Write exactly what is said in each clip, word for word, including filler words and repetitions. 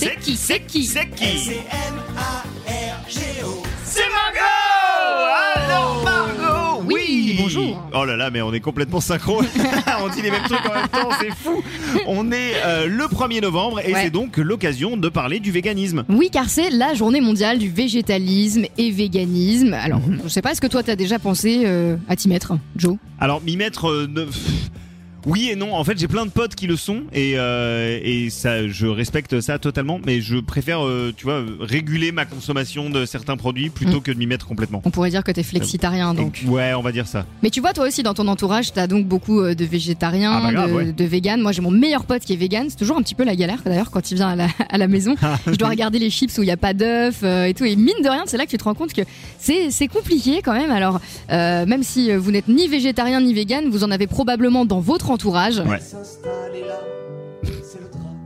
C'est qui, c'est qui C'est qui C'est M A R G O. C'est Margot. Alors Margot, oui. Oui, bonjour. Oh là là, mais on est complètement synchro. On dit les mêmes trucs en même temps, c'est fou. On est euh, le premier novembre et Ouais. c'est donc l'occasion de parler du véganisme. Oui, car c'est la journée mondiale du végétalisme et véganisme. Alors, je sais pas, est-ce que toi t'as déjà pensé euh, à t'y mettre, Joe? Alors m'y mettre... euh, ne- Oui et non, en fait j'ai plein de potes qui le sont et, euh, et ça, je respecte ça totalement, mais je préfère, euh, tu vois, réguler ma consommation de certains produits plutôt Mm. que de m'y mettre complètement. On pourrait dire que t'es flexitarien, donc. Et- ouais, on va dire ça. Mais tu vois, toi aussi, dans ton entourage, t'as donc beaucoup euh, de végétariens, Ah bah grave, de, ouais. de véganes. Moi, j'ai mon meilleur pote qui est vegan. C'est toujours un petit peu la galère, d'ailleurs, quand il vient à la, à la maison. Je dois regarder les chips où il n'y a pas d'œufs euh, et tout. Et mine de rien, c'est là que tu te rends compte que c'est, c'est compliqué quand même. Alors, euh, même si euh, vous n'êtes ni végétarien ni vegan, vous en avez probablement dans votre entourage. Ouais. S'installer là, c'est le drame.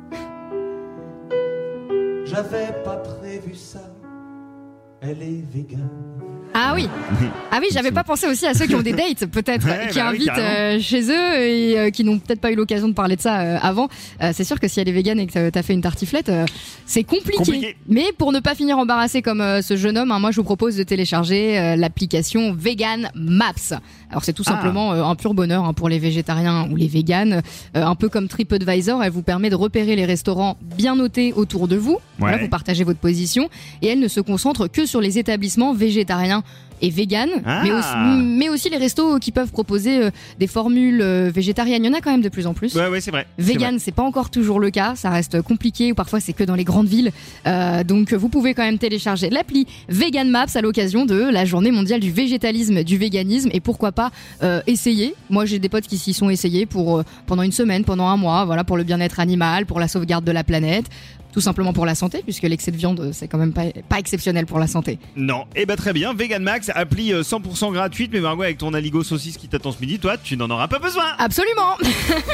J'avais pas prévu ça. Elle est végane. Ah oui, ah oui, j'avais pas pensé aussi à ceux qui ont des dates, peut-être, Ouais, qui bah oui, invitent carrément. euh, chez eux et euh, qui n'ont peut-être pas eu l'occasion de parler de ça euh, avant. Euh, c'est sûr que si elle est végane et que t'as- t'as fait une tartiflette, euh, c'est compliqué. Compliqué. Mais pour ne pas finir embarrassé comme euh, ce jeune homme, hein, moi je vous propose de télécharger euh, l'application Vegan Maps. Alors c'est tout Ah. simplement euh, un pur bonheur hein, pour les végétariens ou les véganes. Euh, un peu comme TripAdvisor, elle vous permet de repérer les restaurants bien notés autour de vous. Voilà, Ouais. vous partagez votre position et elle ne se concentre que sur les établissements végétariens et vegan, Ah. mais, aussi, mais aussi les restos qui peuvent proposer euh, des formules euh, végétariennes. Il y en a quand même de plus en plus. Ouais, ouais, c'est vrai. C'est Vegan, c'est pas encore toujours le cas, ça reste compliqué ou parfois c'est que dans les grandes villes. Euh, donc vous pouvez quand même télécharger l'appli Vegan Maps à l'occasion de la journée mondiale du végétalisme, du véganisme et pourquoi pas euh, essayer. Moi j'ai des potes qui s'y sont essayés pour euh, pendant une semaine, pendant un mois, voilà pour le bien-être animal, pour la sauvegarde de la planète. Tout simplement pour la santé, puisque l'excès de viande, c'est quand même pas, pas exceptionnel pour la santé. Non, et bah très bien, Vegan Max, appli euh, cent pour cent gratuite, mais Margot, avec ton aligot saucisse qui t'attend ce midi, toi, tu n'en auras pas besoin. Absolument. R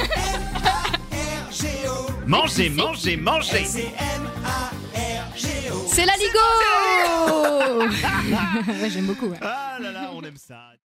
G O. Mangez, mangez, mangez. C'est M A R G O. C'est l'aligo. Ouais, j'aime beaucoup. Ouais. Ah là là, on aime ça.